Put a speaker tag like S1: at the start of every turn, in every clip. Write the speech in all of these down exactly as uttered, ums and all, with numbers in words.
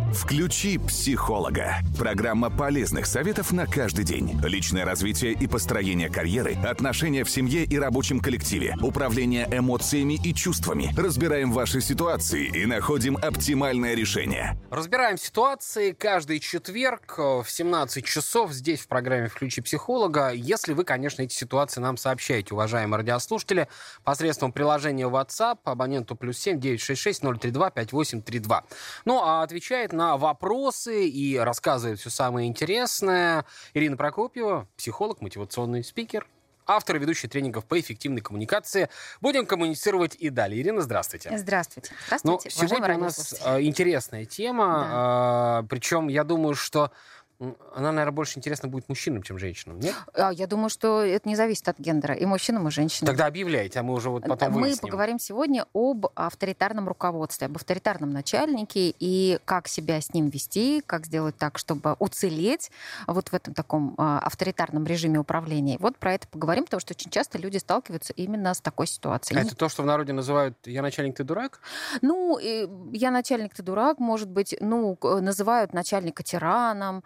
S1: Включи психолога. Программа полезных советов на каждый день. Личное развитие и построение карьеры, отношения в семье и рабочем коллективе, управление эмоциями и чувствами. Разбираем ваши ситуации и находим оптимальное решение.
S2: Разбираем ситуации каждый четверг в семнадцать часов здесь в программе «Включи психолога». Если вы, конечно, эти ситуации нам сообщаете, уважаемые радиослушатели, посредством приложения WhatsApp абоненту плюс семь девятьсот шестьдесят шесть ноль тридцать два пятьдесят восемь тридцать два. Ну, а отвечает на вопросы и рассказывает все самое интересное Ирина Прокопьева, психолог, мотивационный спикер, автор и ведущий тренингов по эффективной коммуникации. Будем коммуницировать и далее. Ирина, здравствуйте.
S3: Здравствуйте. Здравствуйте,
S2: ну, сегодня у нас интересная тема, да. Причем я думаю, что она, наверное, больше интересна будет мужчинам, чем женщинам, нет?
S3: Я думаю, что это не зависит от гендера, и мужчинам, и женщинам.
S2: Тогда объявляйте, а мы уже вот потом
S3: Мы
S2: выясним.
S3: поговорим сегодня об авторитарном руководстве, об авторитарном начальнике и как себя с ним вести, как сделать так, чтобы уцелеть вот в этом таком авторитарном режиме управления. Вот про это поговорим, потому что очень часто люди сталкиваются именно с такой ситуацией.
S2: А это то, что в народе называют «я начальник, ты дурак»?
S3: Ну, «я начальник, ты дурак», может быть, ну, называют начальника тираном,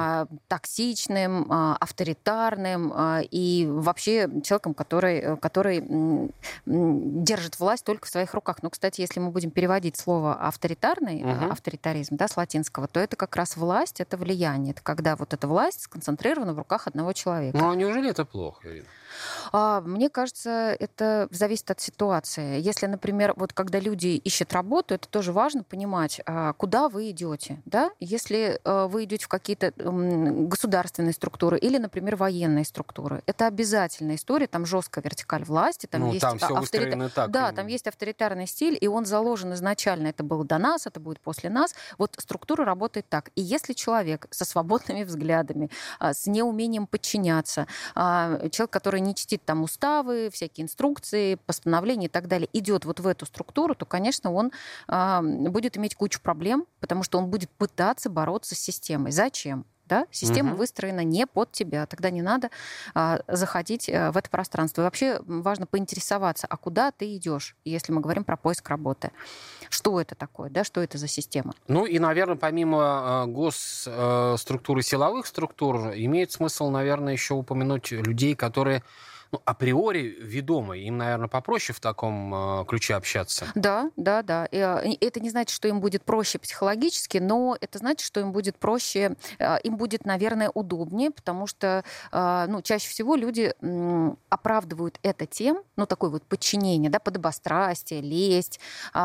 S3: токсичным, авторитарным и вообще человеком, который, который держит власть только в своих руках. Но, кстати, если мы будем переводить слово «авторитарный», uh-huh. авторитаризм, да, с латинского, то это как раз власть, это влияние. Это когда вот эта власть сконцентрирована в руках одного человека.
S2: Ну, а неужели это плохо, Ирина?
S3: Мне кажется, это зависит от ситуации. Если, например, вот когда люди ищут работу, это тоже важно понимать, куда вы идете. Да? Если вы идете в какие-то государственные структуры или, например, военные структуры, это обязательная история, там жесткая вертикаль власти, там
S2: ну,
S3: есть
S2: там все
S3: авторитар...
S2: так.
S3: Да, там есть авторитарный стиль, и он заложен изначально. Это было до нас, это будет после нас. Вот структура работает так. И если человек со свободными взглядами, с неумением подчиняться, человек, который не чтит там уставы, всякие инструкции, постановления и так далее, идет вот в эту структуру, то, конечно, он э, будет иметь кучу проблем, потому что он будет пытаться бороться с системой. Зачем? Да? Система угу. выстроена не под тебя. Тогда не надо а, заходить а, в это пространство. И вообще важно поинтересоваться, а куда ты идешь, если мы говорим про поиск работы. Что это такое, да? Что это за система?
S2: Ну и, наверное, помимо госструктуры, силовых структур, имеет смысл, наверное, еще упомянуть людей, которые ну, априори ведомы. Им, наверное, попроще в таком э, ключе общаться.
S3: Да, да, да. И, это не значит, что им будет проще психологически, но это значит, что им будет проще, э, им будет, наверное, удобнее, потому что э, ну, чаще всего люди э, оправдывают это тем, ну, такое вот подчинение, да, подобострастие, лесть,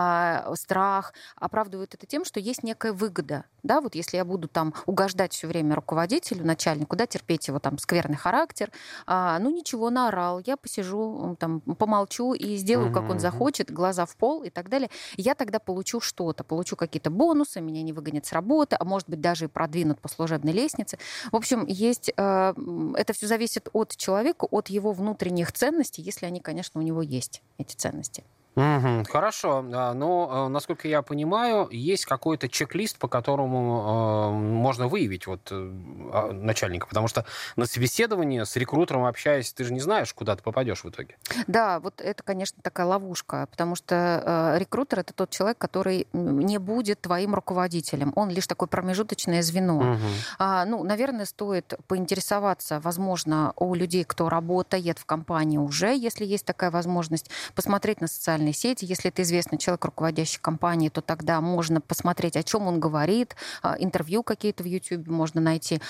S3: э, страх, оправдывают это тем, что есть некая выгода. Да, вот если я буду там угождать все время руководителю, начальнику, да, терпеть его там скверный характер, э, ну, ничего, наорал, я посижу, там, помолчу и сделаю, как он захочет, глаза в пол и так далее. Я тогда получу что-то, получу какие-то бонусы, меня не выгонят с работы, а может быть, даже и продвинут по служебной лестнице. В общем, есть, э, это все зависит от человека, от его внутренних ценностей, если они, конечно, у него есть, эти ценности.
S2: Угу, хорошо, но, насколько я понимаю, есть какой-то чек-лист, по которому э, можно выявить вот, э, начальника, потому что на собеседовании с рекрутером общаясь, ты же не знаешь, куда ты попадешь в итоге.
S3: Да, вот это, конечно, такая ловушка, потому что э, рекрутер — это тот человек, который не будет твоим руководителем, он лишь такое промежуточное звено. Угу. А, ну, наверное, стоит поинтересоваться, возможно, у людей, кто работает в компании уже, если есть такая возможность, посмотреть на социальные сети. Если это известный человек, руководящий компанией, то тогда можно посмотреть, о чем он говорит, интервью какие-то в YouTube можно найти,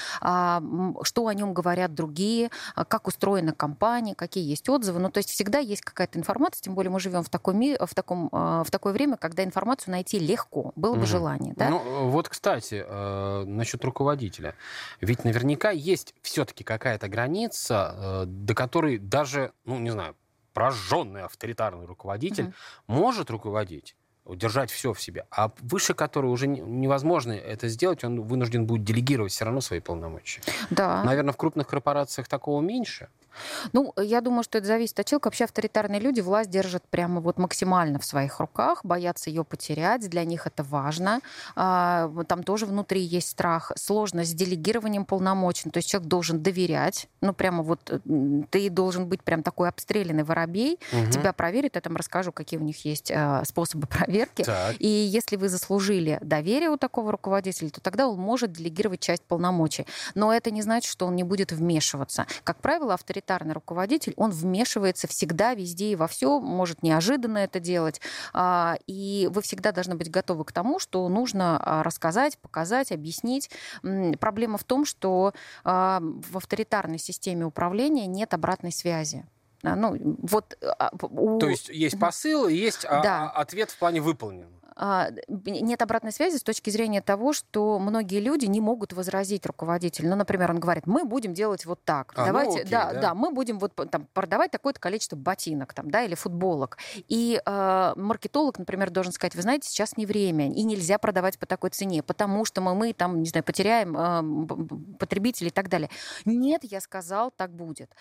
S3: что о нем говорят другие, как устроена компания, какие есть отзывы. Ну, то есть всегда есть какая-то информация, тем более мы живем в, такой ми... в, таком... в такое время, когда информацию найти легко, было бы угу. желание. Да?
S2: Ну, вот, кстати, насчет руководителя. Ведь наверняка есть все-таки какая-то граница, до которой даже, ну, не знаю, прожженный авторитарный руководитель uh-huh. может руководить, удержать все в себе, а выше которой уже невозможно это сделать, он вынужден будет делегировать все равно свои полномочия.
S3: Да.
S2: Наверное, в крупных корпорациях такого меньше.
S3: Ну, я думаю, что это зависит от человека. Вообще авторитарные люди власть держат прямо вот максимально в своих руках, боятся ее потерять, для них это важно. Там тоже внутри есть страх, сложность с делегированием полномочий. То есть человек должен доверять, ну, прямо вот ты должен быть прям такой обстрелянный воробей, угу. Тебя проверят, я там расскажу, какие у них есть способы проверки. Так. И если вы заслужили доверие у такого руководителя, то тогда он может делегировать часть полномочий. Но это не значит, что он не будет вмешиваться. Как правило, авторитарный руководитель, он вмешивается всегда, везде и во все, может неожиданно это делать. И вы всегда должны быть готовы к тому, что нужно рассказать, показать, объяснить. Проблема в том, что в авторитарной системе управления нет обратной связи. Ну, вот, у...
S2: То есть есть посыл, и есть да. ответ в плане выполнен.
S3: Нет обратной связи с точки зрения того, что многие люди не могут возразить руководителю. Ну, например, он говорит, мы будем делать вот так. А, Давайте, ну, окей, да, да. да, мы будем вот там продавать такое-то количество ботинок там, да, или футболок. И э, маркетолог, например, должен сказать, вы знаете, сейчас не время, и нельзя продавать по такой цене, потому что мы, мы там, не знаю, потеряем э, потребителей и так далее. Нет, я сказал, так будет.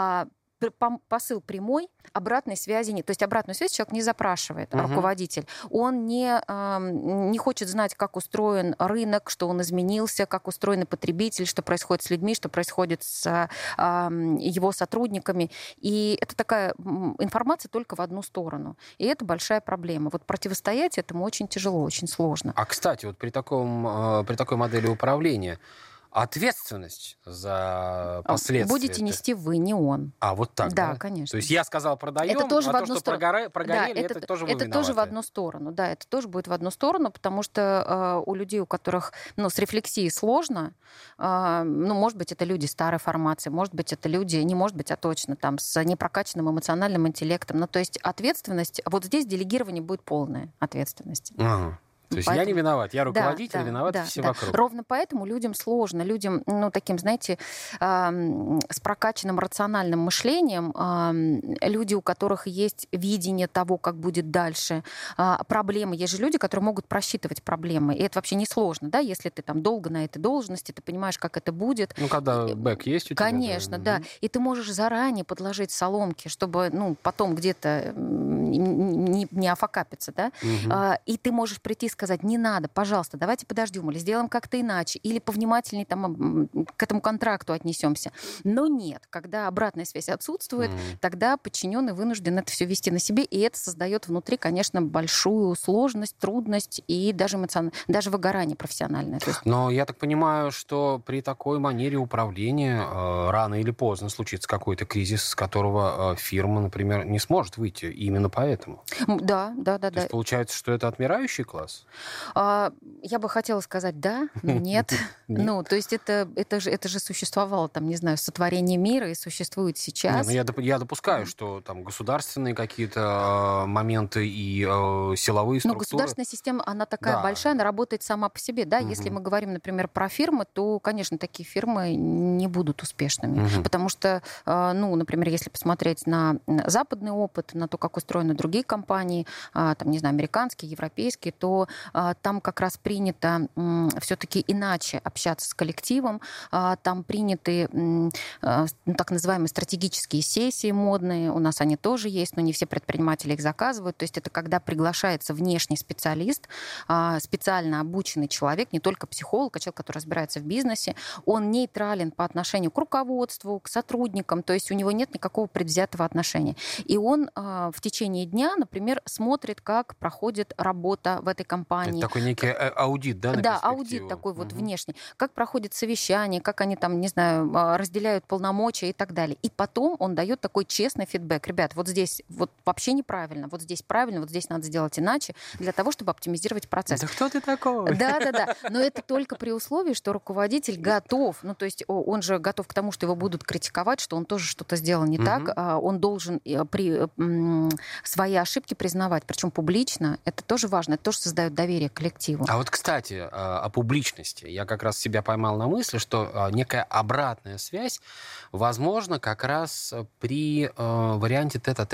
S3: Посыл прямой, обратной связи нет. То есть обратную связь человек не запрашивает, uh-huh. руководитель. Он не, э, не хочет знать, как устроен рынок, что он изменился, как устроен потребитель, что происходит с людьми, что происходит с э, его сотрудниками. И это такая информация только в одну сторону. И это большая проблема. Вот противостоять этому очень тяжело, очень сложно.
S2: А, кстати, вот при, таком, э, при такой модели управления ответственность за последствия.
S3: Будете нести вы, не он.
S2: А, вот так, да?
S3: Да, конечно.
S2: То есть я сказал, продаем,
S3: это тоже
S2: а
S3: в
S2: то,
S3: одну
S2: что
S3: сторону.
S2: прогорели, прогорели
S3: да,
S2: это,
S3: это
S2: тоже вы
S3: Это
S2: виноваты.
S3: тоже в одну сторону, да, это тоже будет в одну сторону, потому что э, у людей, у которых, ну, с рефлексией сложно, э, ну, может быть, это люди старой формации, может быть, это люди, не может быть, а точно, там, с непрокачанным эмоциональным интеллектом. Ну, то есть ответственность, вот здесь делегирование будет полная ответственность.
S2: Ага. То есть поэтому... я не виноват, я руководитель,
S3: да,
S2: виноваты
S3: да,
S2: все
S3: да.
S2: вокруг.
S3: Ровно поэтому людям сложно, людям, ну, таким, знаете, э, с прокачанным рациональным мышлением, э, люди, у которых есть видение того, как будет дальше, э, проблемы. Есть же люди, которые могут просчитывать проблемы, и это вообще не сложно, да, если ты там долго на этой должности, ты понимаешь, как это будет.
S2: Ну, когда бэк есть у тебя.
S3: Конечно, да. да. И ты можешь заранее подложить соломки, чтобы, ну, потом где-то не, не офакапиться, да, угу. э, и ты можешь прийти и сказать, не надо, пожалуйста, давайте подождем, или сделаем как-то иначе, или повнимательнее там, к этому контракту отнесемся. Но нет, когда обратная связь отсутствует, mm. тогда подчиненный вынужден это все вести на себе, и это создает внутри, конечно, большую сложность, трудность и даже эмоциональное, даже выгорание профессиональное. То есть...
S2: Но я так понимаю, что при такой манере управления э, рано или поздно случится какой-то кризис, с которого э, фирма, например, не сможет выйти именно поэтому.
S3: Да, да, да.
S2: То
S3: да.
S2: есть получается, что это отмирающий класс?
S3: Я бы хотела сказать да, но нет. Ну, то есть это, это, же, это же существовало, там, не знаю, сотворение мира и существует сейчас.
S2: Не, ну я, я допускаю, что там государственные какие-то э, моменты и э, силовые структуры...
S3: Ну, государственная система, она такая
S2: да.
S3: большая, она работает сама по себе, да. Угу. Если мы говорим, например, про фирмы, то, конечно, такие фирмы не будут успешными. Угу. Потому что, э, ну, например, если посмотреть на западный опыт, на то, как устроены другие компании, э, там, не знаю, американские, европейские, то там как раз принято все-таки иначе общаться с коллективом. Там приняты так называемые стратегические сессии модные. У нас они тоже есть, но не все предприниматели их заказывают. То есть это когда приглашается внешний специалист, специально обученный человек, не только психолог, а человек, который разбирается в бизнесе. Он нейтрален по отношению к руководству, к сотрудникам. То есть у него нет никакого предвзятого отношения. И он в течение дня, например, смотрит, как проходит работа в этой компании.
S2: Это такой некий аудит, да, на
S3: Да, аудит такой вот угу. внешний. Как проходит совещание, как они там, не знаю, разделяют полномочия и так далее. И потом он дает такой честный фидбэк. Ребят, вот здесь вот вообще неправильно, вот здесь правильно, вот здесь надо сделать иначе, для того, чтобы оптимизировать процесс.
S2: Да кто ты такой?
S3: Да, да, да. Но это только при условии, что руководитель готов, ну, то есть он же готов к тому, что его будут критиковать, что он тоже что-то сделал не угу. так. Он должен при свои ошибки признавать, причем публично. Это тоже важно, это тоже создает доверие к коллективу.
S2: А вот, кстати, о публичности. Я как раз себя поймал на мысли, что некая обратная связь возможна как раз при варианте тет-а-тет. То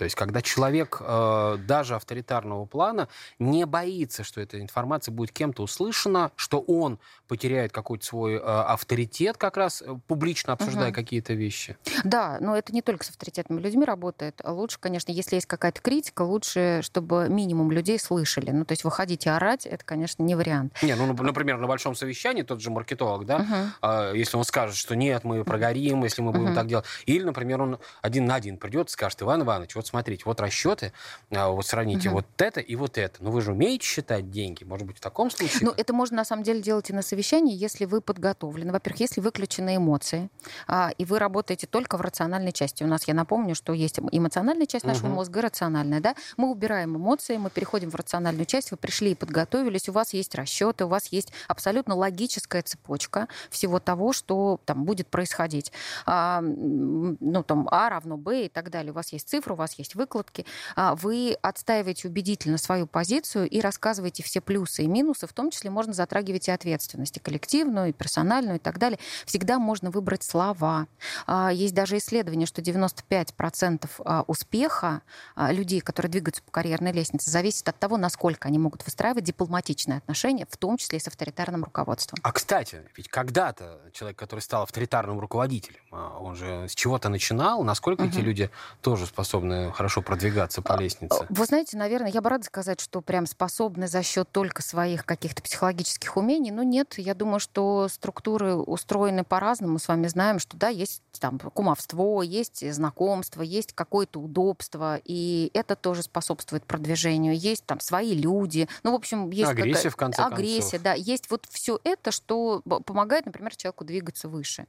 S2: То есть когда человек э, даже авторитарного плана не боится, что эта информация будет кем-то услышана, что он потеряет какой-то свой э, авторитет, как раз публично обсуждая угу. какие-то вещи.
S3: Да, но это не только с авторитетными людьми работает. Лучше, конечно, если есть какая-то критика, лучше, чтобы минимум людей слышали. Ну, то есть выходить и орать, это, конечно, не вариант.
S2: Не, ну, например, на большом совещании тот же маркетолог, да, угу. э, если он скажет, что нет, мы прогорим, если мы будем угу. так делать. Или, например, он один на один придет и скажет: Иван Иванович, вот смотрите, вот расчеты, вот сравните угу. вот это и вот это. Ну, вы же умеете считать деньги? Может быть, в таком случае?
S3: Ну, это можно, на самом деле, делать и на совещании, если вы подготовлены. Во-первых, если выключены эмоции, а, и вы работаете только в рациональной части. У нас, я напомню, что есть эмоциональная часть нашего угу. мозга, рациональная, да? Мы убираем эмоции, мы переходим в рациональную часть, вы пришли и подготовились, у вас есть расчеты, у вас есть абсолютно логическая цепочка всего того, что там будет происходить. А, ну, там, А равно Б и так далее. У вас есть цифры, у вас есть выкладки. А, вы отстаиваете убедительно свою позицию и рассказываете все плюсы и минусы, в том числе можно затрагивать и ответственность, и коллективную, и персональную, и так далее. Всегда можно выбрать слова. Есть даже исследование, что девяносто пять процентов успеха людей, которые двигаются по карьерной лестнице, зависит от того, насколько они могут выстраивать дипломатичные отношения, в том числе и с авторитарным руководством.
S2: А, кстати, ведь когда-то человек, который стал авторитарным руководителем, он же с чего-то начинал. Насколько угу. эти люди тоже способны хорошо продвигаться по лестнице?
S3: Вы знаете, наверное, я бы рада сказать, что прям способны за счет только своих каких-то психологических умений. Но нет, я думаю, что структуры устроены по-разному. Мы с вами знаем, что да, есть там кумовство, есть знакомство, есть какое-то удобство, и это тоже способствует продвижению. Есть там свои люди. Ну, в общем, есть
S2: агрессия, в конце
S3: агрессия,
S2: концов.
S3: Да, есть вот все это, что помогает, например, человеку двигаться выше.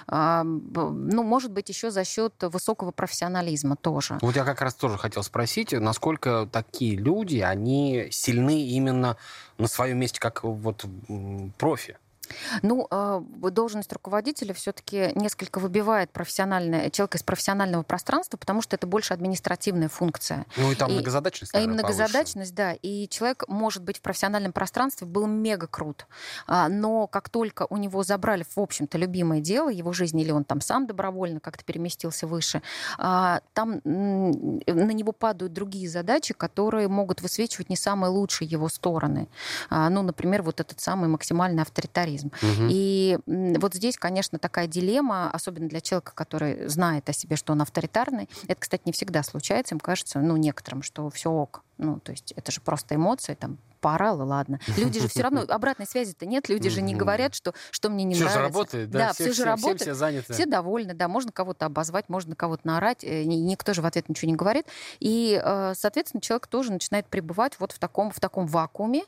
S3: Ну, может быть, еще за счет высокого профессионализма тоже.
S2: Вот я как раз тоже хотел спросить, насколько такие люди, они сильны именно на своем месте, как вот профи?
S3: Ну, должность руководителя все-таки несколько выбивает профессиональное, человека из профессионального пространства, потому что это больше административная функция.
S2: Ну и там и, многозадачность, наверное,
S3: И многозадачность, повыше. Да. И человек, может быть, в профессиональном пространстве был мега крут. Но как только у него забрали, в общем-то, любимое дело его жизни, или он там сам добровольно как-то переместился выше, там на него падают другие задачи, которые могут высвечивать не самые лучшие его стороны. Ну, например, вот этот самый максимальный авторитаризм. Угу. И вот здесь, конечно, такая дилемма, особенно для человека, который знает о себе, что он авторитарный. Это, кстати, не всегда случается. Им кажется, ну, некоторым, что все ок. Ну, то есть это же просто эмоции, там, поорал, и ладно. Люди же все равно, обратной связи-то нет, люди же не говорят, что, что мне не
S2: все
S3: нравится.
S2: Все же работает, да?
S3: Да,
S2: все,
S3: все же работает.
S2: Все, все заняты.
S3: Все довольны, да, можно кого-то обозвать, можно кого-то наорать, никто же в ответ ничего не говорит. И, соответственно, человек тоже начинает пребывать вот в таком, в таком вакууме,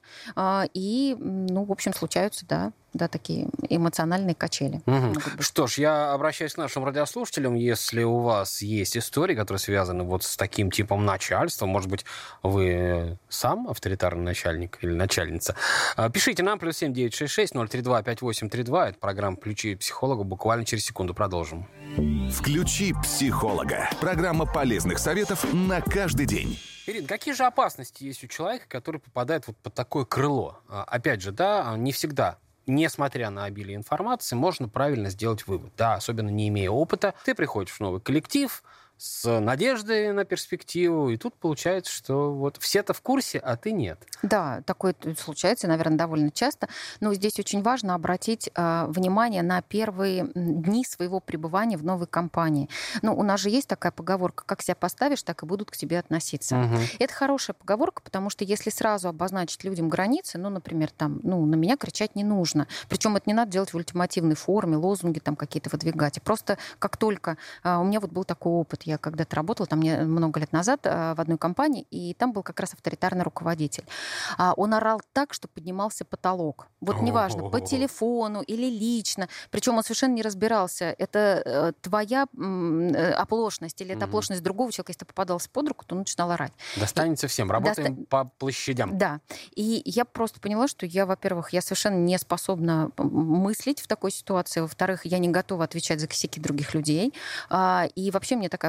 S3: и, ну, в общем, случаются, да, да, такие эмоциональные качели.
S2: Угу. Что ж, я обращаюсь к нашим радиослушателям. Если у вас есть истории, которые связаны вот с таким типом начальства, может быть, вы сам авторитарный начальник или начальница, пишите нам плюс семь девять шесть шесть ноль три два пять восемь три два. Это программа «Включи психолога». Буквально через секунду продолжим.
S1: «Включи психолога». Программа полезных советов на каждый день.
S2: Ирина, какие же опасности есть у человека, который попадает вот под такое крыло? Опять же, да, не всегда, несмотря на обилие информации, можно правильно сделать вывод. Да, особенно не имея опыта, ты приходишь в новый коллектив с надеждой на перспективу, и тут получается, что вот все-то в курсе, а ты нет.
S3: Да, такое случается, наверное, довольно часто. Но здесь очень важно обратить э, внимание на первые дни своего пребывания в новой компании. Ну, у нас же есть такая поговорка: как себя поставишь, так и будут к тебе относиться. Угу. Это хорошая поговорка, потому что если сразу обозначить людям границы, ну, например, там, ну, на меня кричать не нужно. Причем это не надо делать в ультимативной форме, лозунги там какие-то выдвигать. И просто как только... Э, у меня вот был такой опыт. Я когда-то работала там много лет назад в одной компании, и там был как раз авторитарный руководитель. Он орал так, что поднимался потолок. Вот неважно, по телефону или лично. Причем он совершенно не разбирался, это твоя оплошность или это оплошность другого человека. Если ты попадался под руку, то он начинал орать.
S2: Достанется и... всем. Работаем Доста... по площадям.
S3: Да. И я просто поняла, что я, во-первых, я совершенно не способна мыслить в такой ситуации. Во-вторых, я не готова отвечать за косяки других людей. И вообще мне такая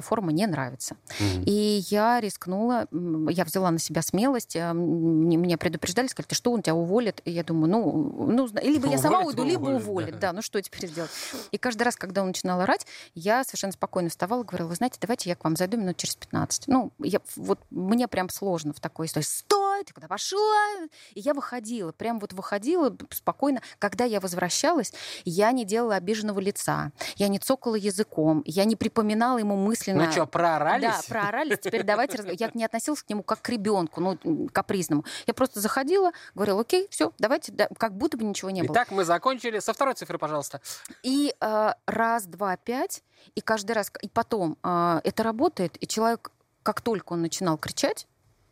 S3: форма не нравится.
S2: Мгм.
S3: И я рискнула, м, я взяла на себя смелость, а, м, мне- меня предупреждали, сказали, ты что, он тебя уволит? И я думаю, ну, ну зна- либо я сама
S2: Уволит,
S3: уйду, либо
S2: уволит,
S3: уволит.
S2: да.
S3: Да, ну что теперь сделать? И каждый раз, когда он начинал орать, я совершенно спокойно вставала и говорила, вы знаете, давайте я к вам зайду минут через пятнадцать. Ну, я, вот мне прям сложно в такой истории. Стой, ты куда пошла? И я выходила, прям вот выходила спокойно. Когда я возвращалась, я не делала обиженного лица, я не цокала языком, я не припоминала ему мысленно...
S2: Ну что, проорались?
S3: Да, проорались. Теперь давайте разговаривать. Я не относилась к нему как к ребенку, ну, м, капризному. Я просто заходила, говорила, окей, все, давайте, да, как будто бы ничего не было.
S2: Итак, мы закончили. Со второй цифры, пожалуйста.
S3: И э, раз, два, пять, и каждый раз, и потом э, это работает, и человек, как только он начинал кричать,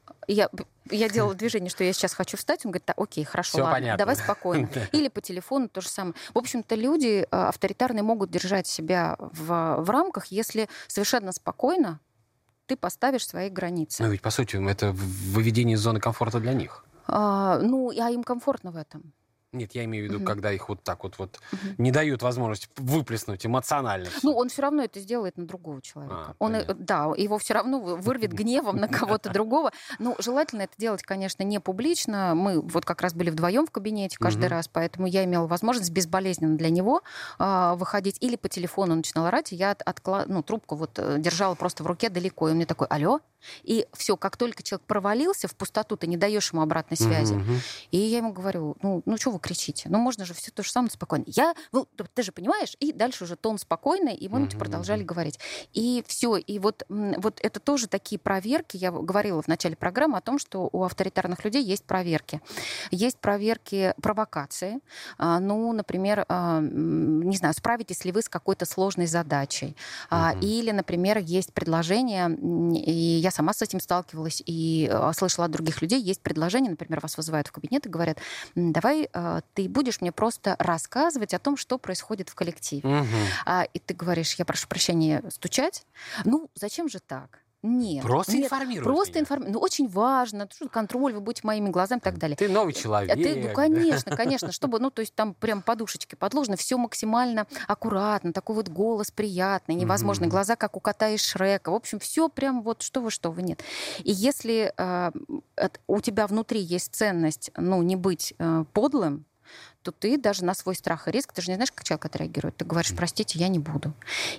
S3: я, я делала движение, что я сейчас хочу встать, он говорит, так, окей, хорошо,
S2: Всё
S3: ладно,
S2: понятно.
S3: давай спокойно. Или по телефону то же самое. В общем-то, люди э, авторитарные могут держать себя в, в рамках, если совершенно спокойно ты поставишь свои границы.
S2: Ну ведь, по сути, это выведение из зоны комфорта для них.
S3: А, ну, а им комфортно в этом.
S2: Нет, я имею в виду,
S3: Мгм.
S2: когда их вот так вот, вот
S3: Мгм.
S2: не дают возможность выплеснуть эмоционально. всё.
S3: Ну, он все равно это сделает на другого человека.
S2: А,
S3: он, э,
S2: понятно.
S3: да, его все равно вы- вырвет гневом на кого-то другого. Ну, желательно это делать, конечно, не публично. Мы вот как раз были вдвоем в кабинете каждый
S2: Мгм.
S3: раз, поэтому я имела возможность безболезненно для него а, выходить. Или по телефону начинала орать, и я от- откла- ну, трубку вот э, держала просто в руке далеко. И он мне такой, алло? И все, как только человек провалился в пустоту, ты не даешь ему обратной связи.
S2: Мгм, мгм.
S3: И я ему говорю, ну, ну что вы кричите? Ну, можно же все то же самое спокойно. Я, ну, т- ты же понимаешь, и дальше уже тон спокойный, и мы
S2: Мгм,
S3: продолжали
S2: мгм.
S3: говорить. И все. И вот, м, вот это тоже такие проверки. Я говорила в начале программы о том, что у авторитарных людей есть проверки. Есть проверки провокации. А, Ну, например, а, м, не знаю, справитесь ли вы с какой-то сложной задачей. А,
S2: Мгм.
S3: Или, например, есть предложение, м, и я сама с этим сталкивалась и а, слышала от других людей, есть предложение, например, вас вызывают в кабинет и говорят, «М, давай а, ты будешь мне просто рассказывать о том, что происходит в коллективе».
S2: Мгм.
S3: А, и ты говоришь, я прошу прощения, стучать? Ну, зачем же так? Нет.
S2: Просто
S3: нет,
S2: информировать
S3: Просто
S2: меня.
S3: информировать. Ну, очень важно. Это что, контроль, вы будете моими глазами и так далее.
S2: Ты новый
S3: А
S2: человек.
S3: ты, ну,
S2: да.
S3: конечно, конечно, чтобы, ну, то есть там прям подушечки подложены, все максимально аккуратно, такой вот голос приятный, невозможный,
S2: Мгм.
S3: глаза, как у кота из Шрека. В общем, все прям вот что вы, что вы, нет. И если э, от- у тебя внутри есть ценность, ну, не быть э, подлым, то ты даже на свой страх и риск, ты же не знаешь, как человек отреагирует. Ты говоришь, простите, я не буду.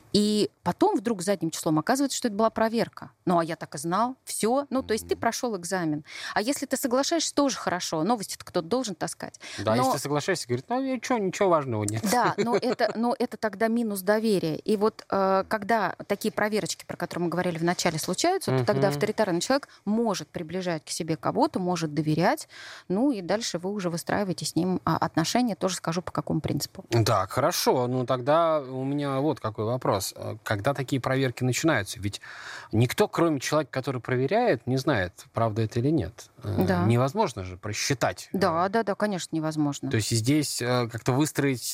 S3: И потом вдруг задним числом оказывается, что это была проверка. Ну, а я так и знал. Все. Ну, то есть ты прошел экзамен. А если ты соглашаешься, тоже хорошо. Новости-то кто-то должен таскать.
S2: Да,
S3: Но-
S2: если ты соглашаешься, говорит, ну ничего, ничего важного нет.
S3: Да, но это, но это тогда минус доверия. И вот э, когда такие проверочки, про которые мы говорили в начале, случаются, то тогда
S2: Мгм.
S3: авторитарный человек может приближать к себе кого-то, может доверять. Ну и дальше вы уже выстраиваете с ним а, отношения. Тоже скажу, по какому принципу.
S2: Так, хорошо. Ну тогда у меня вот какой вопрос. Э, Когда такие проверки начинаются? Ведь никто, кроме человека, который проверяет, не знает, правда это или нет. Э,
S3: Да.
S2: Невозможно же просчитать.
S3: Да, да, да, конечно, невозможно.
S2: То есть здесь э, как-то выстроить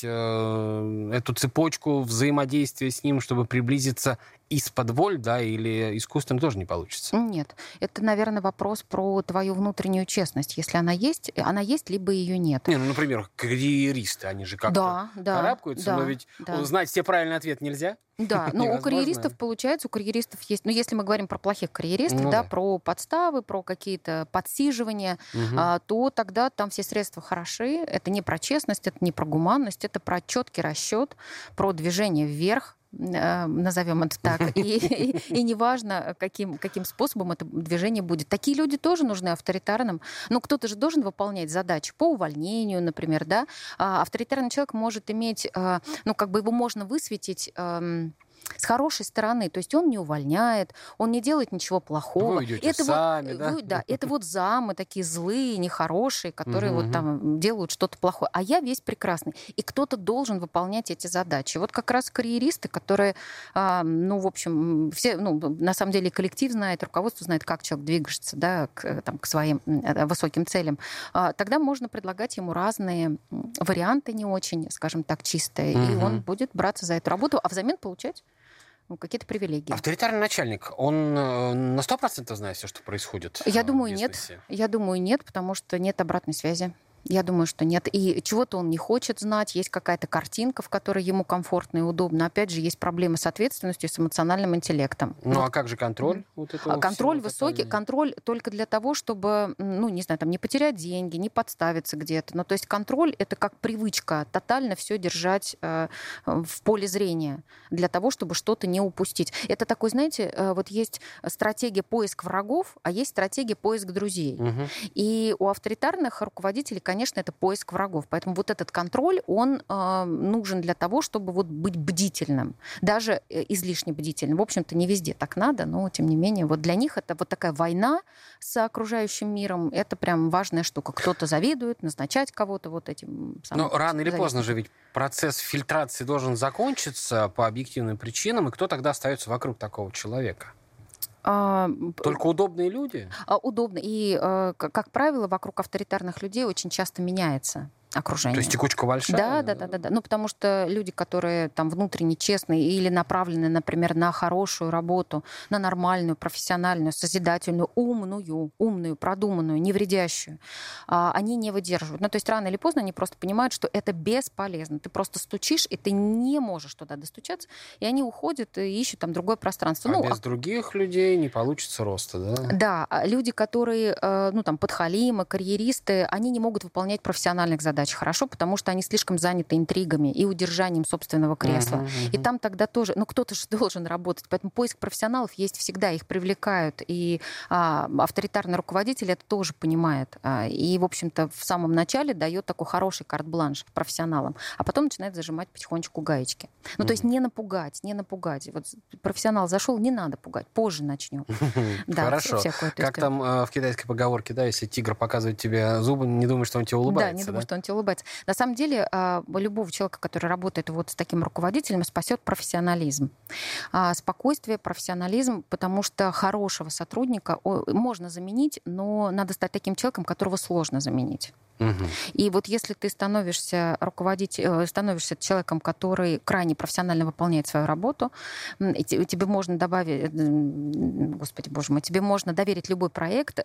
S2: э, эту цепочку взаимодействия с ним, чтобы приблизиться из-под воль, да, или искусственно тоже не получится.
S3: Нет, это, наверное, вопрос про твою внутреннюю честность. Если она есть, она есть, либо ее нет.
S2: Не, ну, например, карьеристы, они же как-то
S3: Да, да,
S2: карабкаются,
S3: да,
S2: но ведь
S3: да.
S2: знать все правильный ответ нельзя.
S3: Да, но у
S2: Невозможно.
S3: карьеристов получается, у карьеристов есть, ну если мы говорим про плохих карьеристов,
S2: Ну
S3: да,
S2: да.
S3: про подставы, про какие-то подсиживания,
S2: Мгм.
S3: а, то тогда там все средства хороши. Это не про честность, это не про гуманность, это про четкий расчет, про движение вверх, э, назовем это так. И, и- и неважно, каким, каким способом это движение будет. Такие люди тоже нужны авторитарным. Но кто-то же должен выполнять задачи по увольнению, например, да. А авторитарный человек может иметь, э, ну как бы его можно высветить эм, с хорошей стороны. То есть он не увольняет, он не делает ничего плохого.
S2: Вы идете
S3: это
S2: сами,
S3: вот,
S2: да?
S3: вы- да, это вот замы такие злые, нехорошие, которые
S2: Мгм,
S3: вот там делают что-то плохое. А я весь прекрасный. И кто-то должен выполнять эти задачи. Вот как раз карьеристы, которые, а, ну, в общем, все, ну, на самом деле коллектив знает, руководство знает, как человек двигается, да, к, там, к своим м, высоким целям. А, тогда можно предлагать ему разные м, варианты не очень, скажем так, чистые, и
S2: Мгм.
S3: он будет браться за эту работу, а взамен получать ну, какие-то привилегии.
S2: Авторитарный начальник, он э, на сто процентов знает все, что происходит
S3: Я
S2: э, в
S3: думаю, нет.
S2: бизнесе?
S3: Я думаю, нет, потому что нет обратной связи. Я думаю, что нет. И чего-то он не хочет знать, есть какая-то картинка, в которой ему комфортно и удобно. Опять же, есть проблемы с ответственностью, с эмоциональным интеллектом.
S2: Ну,
S3: вот.
S2: А как же контроль? Mm-hmm. Вот этого
S3: контроль
S2: всего
S3: высокий,
S2: тотальный. Контроль
S3: только для того, чтобы, ну, не знаю, там, не потерять деньги, не подставиться где-то. Ну, то есть контроль — это как привычка тотально все держать э, в поле зрения для того, чтобы что-то не упустить. Это такой, знаете, э, вот есть стратегия поиск врагов, а есть стратегия поиск друзей. Mm-hmm. И у авторитарных руководителей, конечно, это поиск врагов. Поэтому вот этот контроль, он э, нужен для того, чтобы вот быть бдительным. Даже э, излишне бдительным. В общем-то, не везде так надо, но, тем не менее, вот для них это вот такая война с окружающим миром. Это прям важная штука. Кто-то завидует, назначать кого-то вот этим самым.
S2: Но рано или поздно же ведь процесс фильтрации должен закончиться по объективным причинам, и кто тогда остается вокруг такого человека? Только удобные люди?
S3: Удобно. И, как правило, вокруг авторитарных людей очень часто меняется окружение.
S2: То есть текучка большая?
S3: Да, да, да, да, да. Ну, потому что люди, которые там внутренне честные или направлены, например, на хорошую работу, на нормальную, профессиональную, созидательную, умную, умную, продуманную, невредящую, они не выдерживают. Ну, то есть рано или поздно они просто понимают, что это бесполезно. Ты просто стучишь, и ты не можешь туда достучаться, и они уходят и ищут там другое пространство.
S2: А
S3: ну,
S2: без других людей не получится роста, да?
S3: Да. Люди, которые, ну, там, подхалимы, карьеристы, они не могут выполнять профессиональных задач хорошо, потому что они слишком заняты интригами и удержанием собственного кресла. Uh-huh, uh-huh. И там тогда тоже, ну, кто-то же должен работать. Поэтому поиск профессионалов есть всегда, их привлекают. И а, авторитарный руководитель это тоже понимает. А, и, в общем-то, в самом начале дает такой хороший карт-бланш профессионалам, а потом начинает зажимать потихонечку гаечки. Ну, uh-huh. то есть не напугать, не напугать. Вот профессионал зашел, не надо пугать, позже начнем.
S2: Хорошо. Как там в китайской поговорке, да, если тигр показывает тебе зубы, не думай, что он тебе улыбается.
S3: Да, не думай, что он тебе улыбается. На самом деле, любого человека, который работает вот с таким руководителем, спасет профессионализм. Спокойствие, профессионализм, потому что хорошего сотрудника можно заменить, но надо стать таким человеком, которого сложно заменить. Угу. И вот если ты становишься руководителем, становишься человеком, который крайне профессионально выполняет свою работу, тебе можно добавить, господи, боже мой, тебе можно доверить любой проект,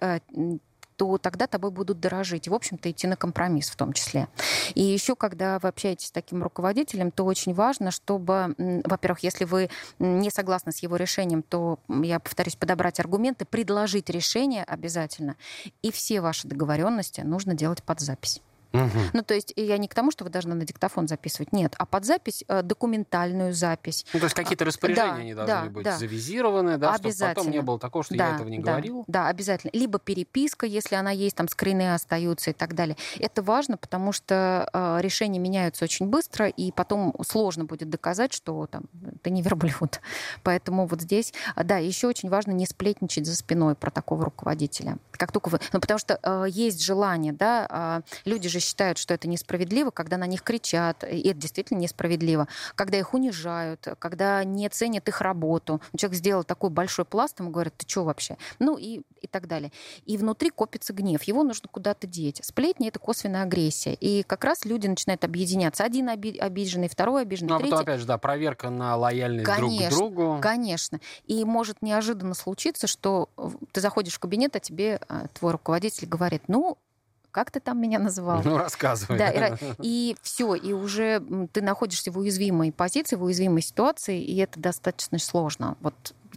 S3: то тогда тобой будут дорожить. И, в общем-то, идти на компромисс в том числе. И еще, когда вы общаетесь с таким руководителем, то очень важно, чтобы, во-первых, если вы не согласны с его решением, то, я повторюсь, подобрать аргументы, предложить решение обязательно. И все ваши договоренности нужно делать под запись. Угу. Ну, то есть я не к тому, что вы должны на диктофон записывать, нет, а под запись, документальную запись.
S2: Ну, то есть какие-то распоряжения
S3: да,
S2: не должны
S3: да,
S2: быть
S3: да.
S2: завизированы, да, чтобы потом не было такого, что
S3: да,
S2: я этого не
S3: да,
S2: говорил.
S3: Да, обязательно. Либо переписка, если она есть, там скрины остаются и так далее. Это важно, потому что э, решения меняются очень быстро, и потом сложно будет доказать, что там, ты не верблюд. Поэтому вот здесь, да, еще очень важно не сплетничать за спиной про такого руководителя. Как только вы... Ну, потому что э, есть желание, да, э, люди же считают, что это несправедливо, когда на них кричат, и это действительно несправедливо, когда их унижают, когда не ценят их работу. Человек сделал такой большой пласт, ему говорят, ты что вообще? Ну и, и так далее. И внутри копится гнев, его нужно куда-то деть. Сплетни — это косвенная агрессия. И как раз люди начинают объединяться. Один оби- обиженный, второй обиженный,
S2: ну, а
S3: третий.
S2: потом, опять же, да, проверка на лояльность конечно, друг к другу.
S3: Конечно. И может неожиданно случиться, что ты заходишь в кабинет, а тебе твой руководитель говорит, ну, как ты там меня называл?
S2: Ну, рассказывай.
S3: Да, и, и все, и уже ты находишься в уязвимой позиции, в уязвимой ситуации, и это достаточно сложно. Вот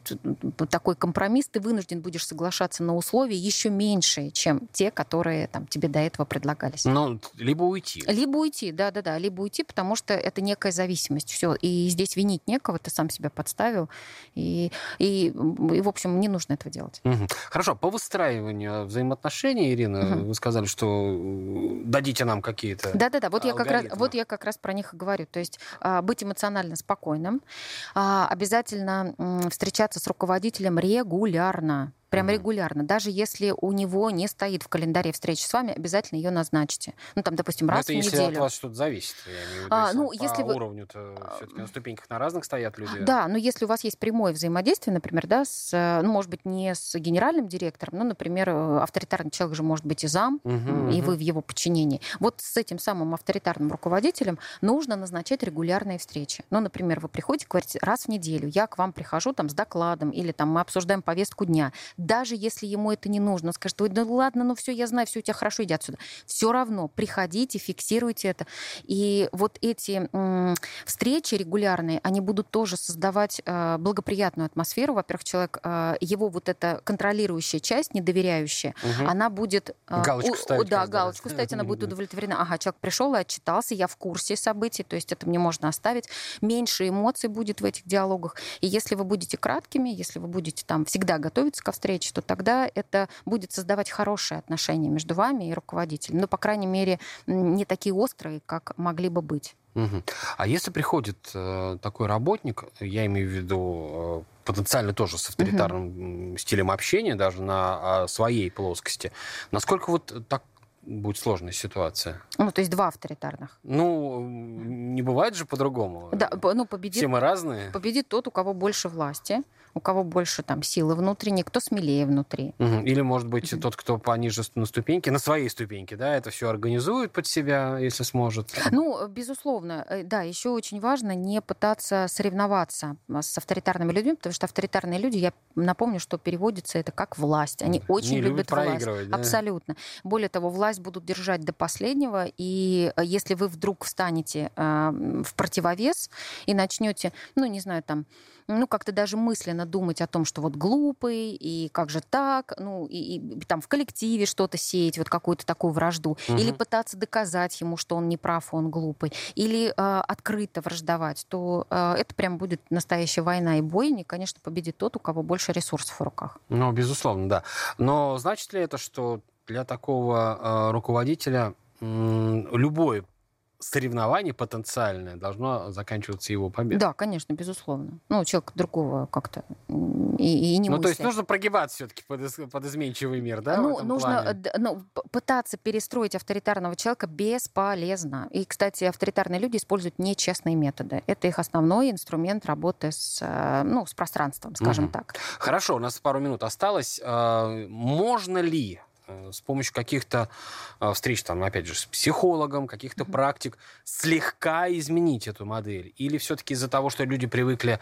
S3: такой компромисс, ты вынужден будешь соглашаться на условия еще меньшие, чем те, которые там, тебе до этого предлагались.
S2: Ну, либо уйти.
S3: Либо уйти, да-да-да, либо уйти, потому что это некая зависимость. Все. И здесь винить некого, ты сам себя подставил. И, и, и в общем, не нужно этого делать.
S2: Угу. Хорошо, по выстраиванию взаимоотношений, Ирина, угу. вы сказали, что дадите нам какие-то
S3: Да-да-да, вот я, как раз,
S2: алгоритмы.
S3: вот я как раз про них и говорю. То есть быть эмоционально спокойным, обязательно встречаться с руководителем регулярно. Прям mm-hmm. регулярно. Даже если у него не стоит в календаре встречи с вами, обязательно ее назначьте. Ну, там, допустим, раз
S2: это
S3: в
S2: если
S3: неделю.
S2: Это от вас что-то зависит. Я имею в виду,
S3: а,
S2: если
S3: ну,
S2: по
S3: если вы...
S2: уровню-то все-таки на ступеньках на разных стоят люди.
S3: Да, но если у вас есть прямое взаимодействие, например, да, с, ну, может быть, не с генеральным директором, но, например, авторитарный человек же может быть и зам, uh-huh, и uh-huh. вы в его подчинении. Вот с этим самым авторитарным руководителем нужно назначать регулярные встречи. Ну, например, вы приходите, говорите, раз в неделю я к вам прихожу там с докладом, или там мы обсуждаем повестку дня. даже если ему это не нужно, он скажет: ой, да ладно, ну все, я знаю, все у тебя хорошо, иди отсюда. Все равно приходите, фиксируйте это. И вот эти м, встречи регулярные, они будут тоже создавать э, благоприятную атмосферу. Во-первых, человек, э, его вот эта контролирующая часть, недоверяющая, угу. она будет... Э,
S2: галочку ставить.
S3: Да, галочку ставить, она будет удовлетворена. Ага, человек пришел и отчитался, я в курсе событий, то есть это мне можно оставить. Меньше эмоций будет в этих диалогах. И если вы будете краткими, если вы будете там всегда готовиться ко встрече, то тогда это будет создавать хорошие отношения между вами и руководителем. Ну, по крайней мере, не такие острые, как могли бы быть.
S2: Угу. А если приходит э, такой работник, я имею в виду э, потенциально тоже с авторитарным угу. стилем общения, даже на э, своей плоскости, насколько вот так будет сложная ситуация?
S3: Ну, то есть два авторитарных.
S2: Ну, не бывает же по-другому.
S3: Да, ну, победит,
S2: все мы разные.
S3: Победит тот, у кого больше власти, у кого больше там силы внутренней, кто смелее внутри.
S2: Угу. Или, может быть, угу. тот, кто пониже на ступеньке, на своей ступеньке, да, это все организует под себя, если сможет.
S3: Ну, безусловно. Да, еще очень важно не пытаться соревноваться с авторитарными людьми, потому что авторитарные люди, я напомню, что переводится это как власть. Они очень
S2: не
S3: любят,
S2: любят
S3: власть.
S2: Да?
S3: Абсолютно. Более того, власть будут держать до последнего, и если вы вдруг встанете э, в противовес и начнете, ну, не знаю, там, ну, как-то даже мысленно думать о том, что вот глупый, и как же так, ну, и, и там в коллективе что-то сеять, вот какую-то такую вражду, угу. или пытаться доказать ему, что он не прав, он глупый, или э, открыто враждовать, то э, это прям будет настоящая война и бойня, и, конечно, победит тот, у кого больше ресурсов в руках.
S2: Ну, безусловно, да. Но значит ли это, что для такого э, руководителя э, любое соревнование потенциальное должно заканчиваться его победой?
S3: Да, конечно, безусловно. Ну, человек другого как-то и, и не
S2: Ну,
S3: мыслит.
S2: то есть нужно прогибаться все-таки под, под изменчивый мир, да?
S3: Ну, нужно ну, пытаться перестроить авторитарного человека бесполезно. И, кстати, авторитарные люди используют нечестные методы. Это их основной инструмент работы с, ну, с пространством, скажем угу. так.
S2: Хорошо, у нас пару минут осталось. Можно ли с помощью каких-то встреч, там, опять же, с психологом, каких-то mm-hmm. практик, слегка изменить эту модель? Или все-таки из-за того, что люди привыкли,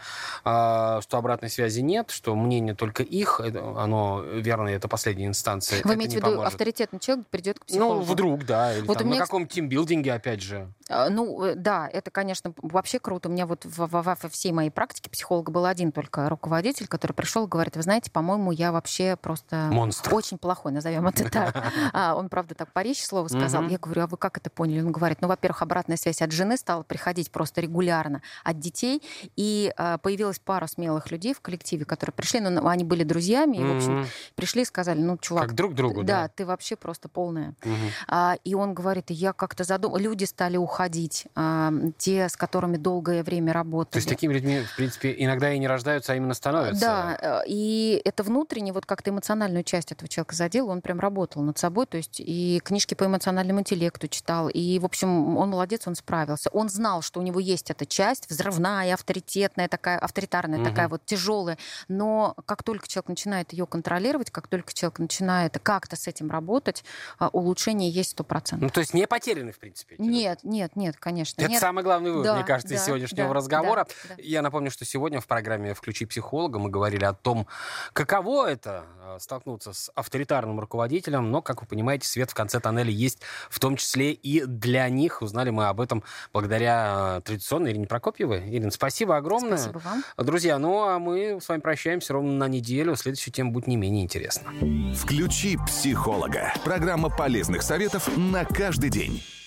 S2: что обратной связи нет, что мнение только их, оно верное, это последняя инстанция?
S3: Вы имеете в виду, поможет? Авторитетный человек придет к психологу?
S2: Ну, вдруг, да. Или
S3: вот
S2: там,
S3: меня...
S2: на каком тимбилдинге, опять же.
S3: Ну, да, это, конечно, вообще круто. У меня вот во, во, во всей моей практике психолога был один только руководитель, который пришел и говорит: вы знаете, по-моему, я вообще просто
S2: монстр.
S3: Очень плохой, назовем это так. А, он, правда, так поречь слово сказал. Я говорю: а вы как это поняли? Он говорит: ну, во-первых, обратная связь от жены стала приходить просто регулярно, от детей, и а, появилась пара смелых людей в коллективе, которые пришли, ну, они были друзьями, и, в общем, пришли и сказали: ну, чувак,
S2: как друг другу,
S3: да,
S2: да,
S3: ты вообще просто полная. А, и он говорит: и я как-то задумал, люди стали уходить, а, те, с которыми долгое время работали.
S2: То есть такими людьми, в принципе, иногда и не рождаются, а именно становятся.
S3: Да, и это внутренне, вот как-то эмоциональную часть этого человека задел, он прям работал над собой, то есть и книжки по эмоциональному интеллекту читал, и, в общем, он молодец, он справился. Он знал, что у него есть эта часть, взрывная, авторитетная, такая, авторитарная, угу. такая вот тяжелая, но как только человек начинает ее контролировать, как только человек начинает как-то с этим работать, улучшение есть сто процентов.
S2: Ну, то есть не потеряны, в принципе?
S3: Нет, нет, нет, конечно.
S2: Это
S3: нет.
S2: самый главный вывод,
S3: да,
S2: мне кажется,
S3: да,
S2: из сегодняшнего
S3: да,
S2: разговора.
S3: Да, да.
S2: Я напомню, что сегодня в программе «Включи психолога» мы говорили о том, каково это столкнуться с авторитарным руководителем, но, как вы понимаете, свет в конце тоннеля есть, в том числе и для них. Узнали мы об этом благодаря традиционной Ирине Прокопьевой. Ирина, спасибо огромное.
S3: Спасибо вам.
S2: Друзья, ну а мы с вами прощаемся ровно на неделю. Следующая тема будет не менее интересна.
S1: «Включи психолога». Программа полезных советов на каждый день.